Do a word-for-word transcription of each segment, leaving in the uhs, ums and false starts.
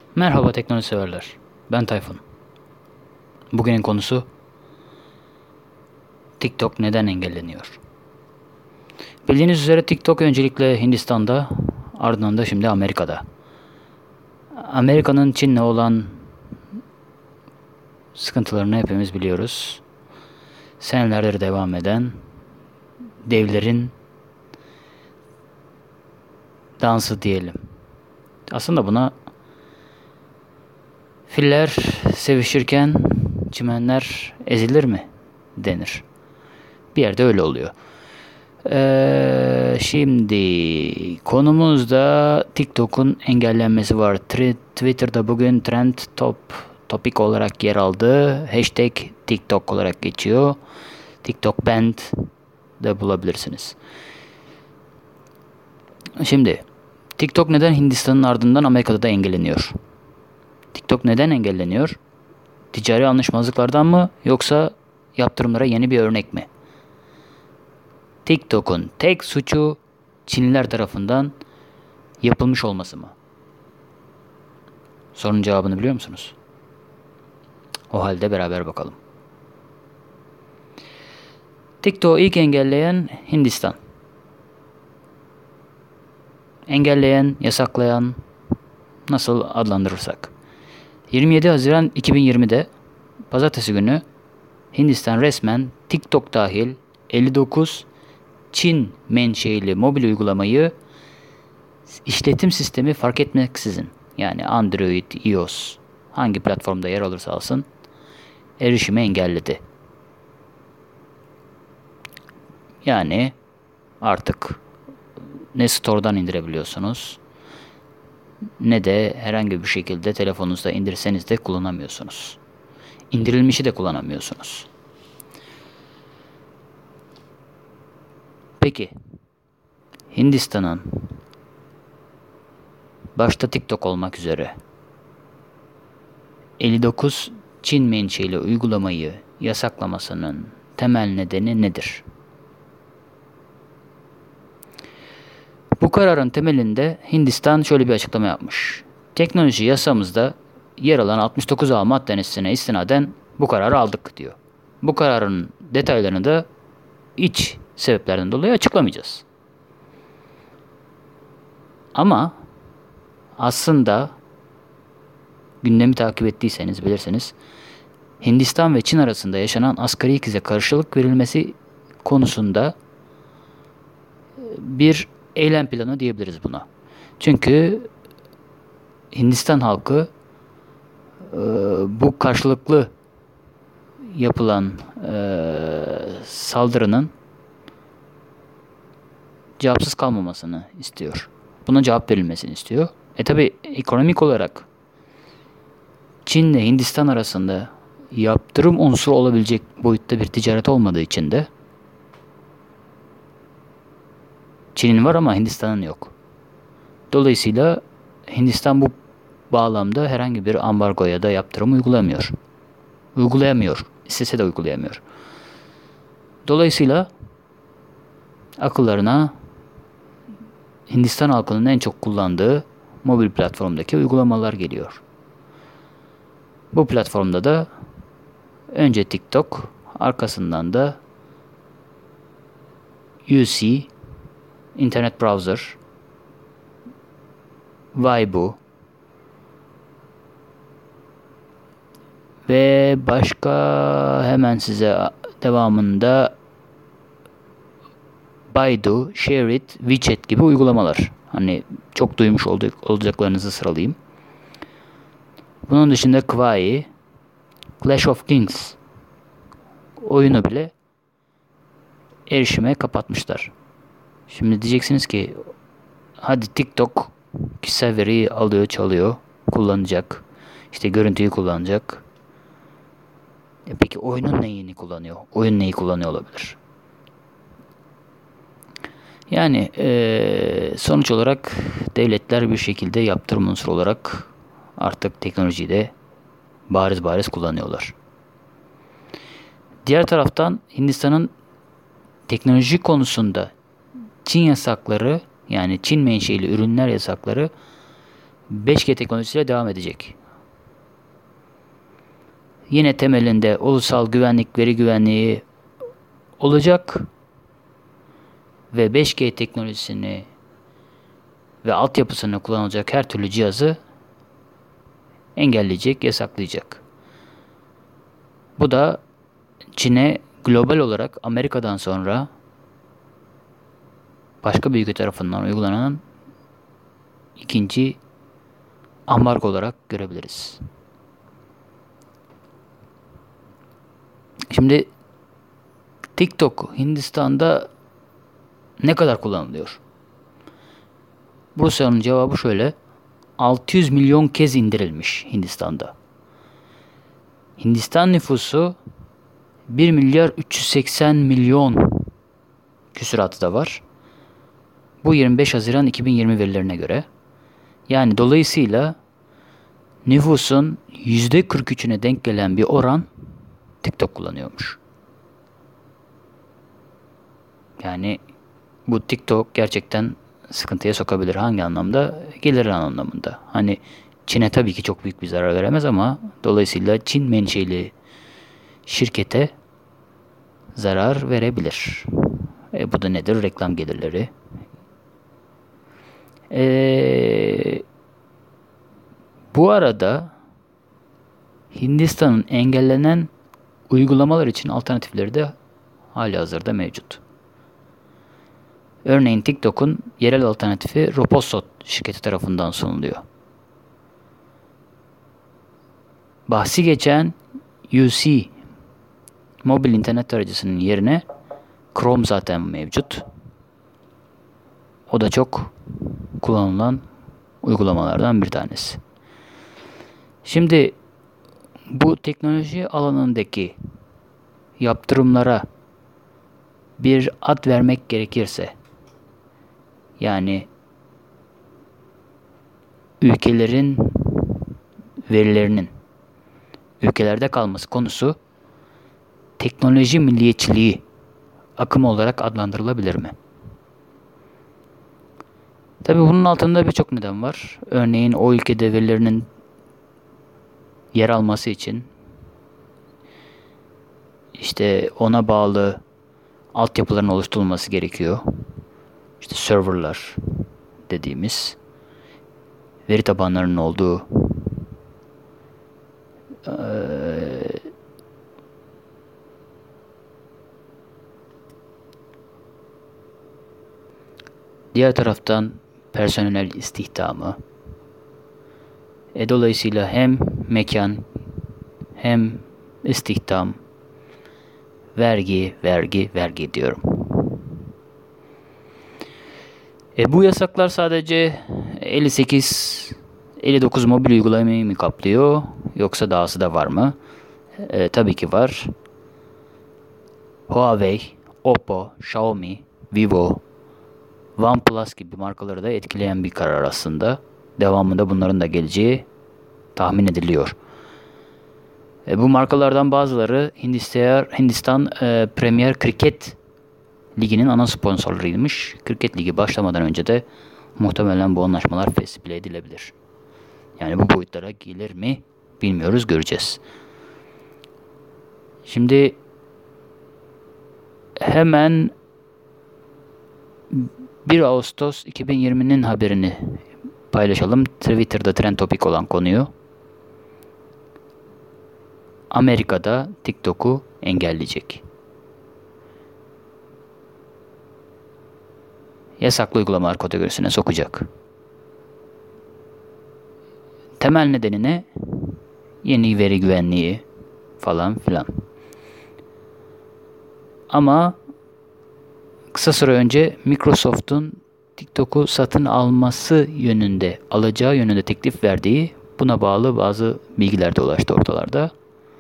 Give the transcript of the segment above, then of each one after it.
Merhaba teknoloji severler. Ben Tayfun. Bugünün konusu TikTok neden engelleniyor? Bildiğiniz üzere TikTok öncelikle Hindistan'da, ardından da şimdi Amerika'da. Amerika'nın Çin'le olan sıkıntılarını hepimiz biliyoruz. Senelerdir devam eden devlerin dansı diyelim. Aslında buna filler sevişirken çimenler ezilir mi denir. Bir yerde öyle oluyor. Ee, şimdi konumuzda TikTok'un engellenmesi var. Twitter'da bugün trend top topik olarak yer aldı. Hashtag TikTok olarak geçiyor. TikTok banned de bulabilirsiniz. Şimdi TikTok neden Hindistan'ın ardından Amerika'da da engelleniyor? TikTok neden engelleniyor? Ticari anlaşmazlıklardan mı yoksa yaptırımlara yeni bir örnek mi? TikTok'un tek suçu Çinliler tarafından yapılmış olması mı? Sorunun cevabını biliyor musunuz? O halde beraber bakalım. TikTok'u ilk engelleyen Hindistan. Engelleyen, yasaklayan, nasıl adlandırırsak. yirmi yedi Haziran iki bin yirmide Pazartesi günü Hindistan resmen TikTok dahil elli dokuz Çin menşeili mobil uygulamayı işletim sistemi fark etmeksizin, yani Android, iOS hangi platformda yer alırsa alsın erişimi engelledi. Yani artık ne store'dan indirebiliyorsunuz ne de herhangi bir şekilde telefonunuzda indirseniz de kullanamıyorsunuz. İndirilmişi de kullanamıyorsunuz. Peki Hindistan'ın başta TikTok olmak üzere elli dokuz Çin menşeli uygulamayı yasaklamasının temel nedeni nedir? Bu kararın temelinde Hindistan şöyle bir açıklama yapmış. Teknoloji yasamızda yer alan altmış dokuz A maddesine istinaden bu kararı aldık diyor. Bu kararın detaylarını da iç sebeplerden dolayı açıklamayacağız. Ama aslında gündemi takip ettiyseniz bilirsiniz, Hindistan ve Çin arasında yaşanan asgari krize karşılık verilmesi konusunda bir eylem planı diyebiliriz buna. Çünkü Hindistan halkı bu karşılıklı yapılan saldırının cevapsız kalmamasını istiyor. Buna cevap verilmesini istiyor. E tabi ekonomik olarak Çin ile Hindistan arasında yaptırım unsuru olabilecek boyutta bir ticaret olmadığı için de Çin'in var ama Hindistan'ın yok. Dolayısıyla Hindistan bu bağlamda herhangi bir ambargo ya da yaptırım uygulamıyor. Uygulayamıyor. İstese de uygulayamıyor. Dolayısıyla akıllarına Hindistan halkının en çok kullandığı mobil platformdaki uygulamalar geliyor. Bu platformda da önce TikTok, arkasından da U C, Internet Browser, Weibo ve başka hemen size devamında Baidu, Shareit, WeChat gibi uygulamalar. Hani çok duymuş olacaklarınızı sıralayayım. Bunun dışında Kwai, Clash of Kings oyunu bile erişime kapatmışlar. Şimdi diyeceksiniz ki hadi TikTok kişisel veriyi alıyor, çalıyor, kullanacak. İşte görüntüyü kullanacak. E peki oyunun neyini kullanıyor? Oyun neyi kullanıyor olabilir? Yani e, sonuç olarak devletler bir şekilde yaptırım unsuru olarak artık teknolojiyi de bariz bariz kullanıyorlar. Diğer taraftan Hindistan'ın teknoloji konusunda Çin yasakları, yani Çin menşeli ürünler yasakları beş G teknolojisiyle devam edecek. Yine temelinde ulusal güvenlik, veri güvenliği olacak ve beş G teknolojisini ve altyapısını kullanılacak her türlü cihazı engelleyecek, yasaklayacak. Bu da Çin'e global olarak Amerika'dan sonra başka bir ülke tarafından uygulanan ikinci ambargo olarak görebiliriz. Şimdi TikTok Hindistan'da ne kadar kullanılıyor? Bu sorunun cevabı şöyle. altı yüz milyon kez indirilmiş Hindistan'da. Hindistan nüfusu bir milyar üç yüz seksen milyon küsuratı da var. Bu yirmi beş Haziran iki bin yirmi verilerine göre. Yani dolayısıyla nüfusun yüzde kırk üçüne denk gelen bir oran TikTok kullanıyormuş. Yani bu TikTok gerçekten sıkıntıya sokabilir. Hangi anlamda? Gelir anlamında. Hani Çin'e tabii ki çok büyük bir zarar veremez ama dolayısıyla Çin menşeli şirkete zarar verebilir. E, bu da nedir? Reklam gelirleri. E, bu arada Hindistan'ın engellenen uygulamalar için alternatifleri de halihazırda mevcut. Örneğin TikTok'un yerel alternatifi Roposot şirketi tarafından sunuluyor. Bahsi geçen U C mobil internet tarayıcısının yerine Chrome zaten mevcut. O da çok kullanılan uygulamalardan bir tanesi. Şimdi bu teknoloji alanındaki yaptırımlara bir ad vermek gerekirse, yani ülkelerin verilerinin ülkelerde kalması konusu teknoloji milliyetçiliği akımı olarak adlandırılabilir mi? Tabii bunun altında birçok neden var. Örneğin o ülkede verilerinin yer alması için işte ona bağlı altyapıların oluşturulması gerekiyor. İşte serverlar dediğimiz veri tabanlarının olduğu ee, diğer taraftan personel istihdamı. E, dolayısıyla hem mekan hem istihdam, vergi, vergi, vergi diyorum. E, bu yasaklar sadece elli sekiz elli dokuz mobil uygulamayı mı kaplıyor yoksa dahası da var mı? E, tabii ki var. Huawei, Oppo, Xiaomi, Vivo, OnePlus gibi markaları da etkileyen bir karar aslında. Devamında bunların da geleceği tahmin ediliyor. E, bu markalardan bazıları Hindistan, Hindistan e, Premier Cricket Ligi'nin ana sponsorlarıymış. Kriket Ligi başlamadan önce de muhtemelen bu anlaşmalar fesbile edilebilir. Yani bu boyutlara gelir mi bilmiyoruz, göreceğiz. Şimdi hemen bir Ağustos iki bin yirminin haberini paylaşalım. Twitter'da trend topik olan konuyu. Amerika'da TikTok'u engelleyecek. Yasaklı uygulamalar kategorisine sokacak. Temel nedeni ne? Yeni veri güvenliği falan filan. Ama kısa süre önce Microsoft'un TikTok'u satın alması yönünde, alacağı yönünde teklif verdiği, buna bağlı bazı bilgiler de ulaştı ortalarda.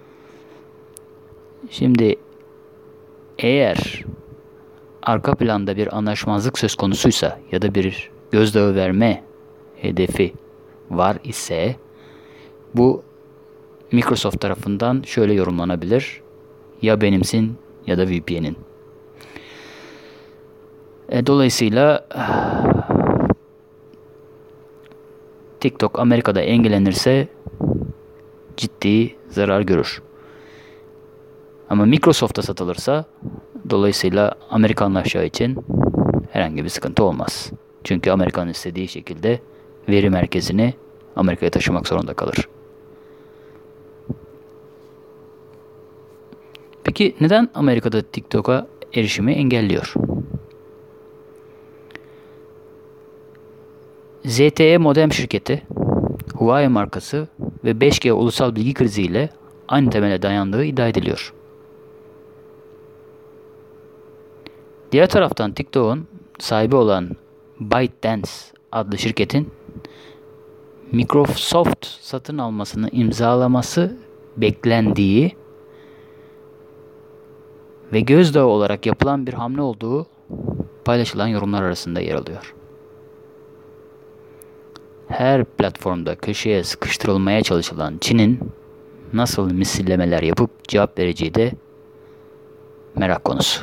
Şimdi eğer arka planda bir anlaşmazlık söz konusuysa ya da bir gözdağı verme hedefi var ise bu Microsoft tarafından şöyle yorumlanabilir: ya benimsin ya da V P N'in. E, dolayısıyla TikTok Amerika'da engellenirse ciddi zarar görür. Ama Microsoft'a satılırsa dolayısıyla Amerikanlaşacağı için herhangi bir sıkıntı olmaz. Çünkü Amerika'nın istediği şekilde veri merkezini Amerika'ya taşımak zorunda kalır. Peki neden Amerika'da TikTok'a erişimi engelliyor? Z T E modem şirketi, Huawei markası ve beş G ulusal bilgi kriziyle aynı temele dayandığı iddia ediliyor. Diğer taraftan TikTok'un sahibi olan ByteDance adlı şirketin Microsoft satın almasını imzalaması beklendiği ve gözdağı olarak yapılan bir hamle olduğu paylaşılan yorumlar arasında yer alıyor. Her platformda köşeye sıkıştırılmaya çalışılan Çin'in nasıl misillemeler yapıp cevap vereceği de merak konusu.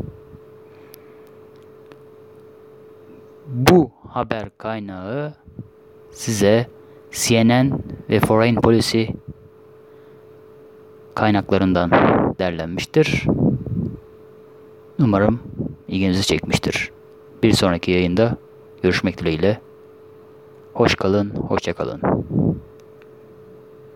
Bu haber kaynağı size C N N ve Foreign Policy kaynaklarından derlenmiştir. Umarım ilginizi çekmiştir. Bir sonraki yayında görüşmek dileğiyle. Hoş kalın, hoşça kalın.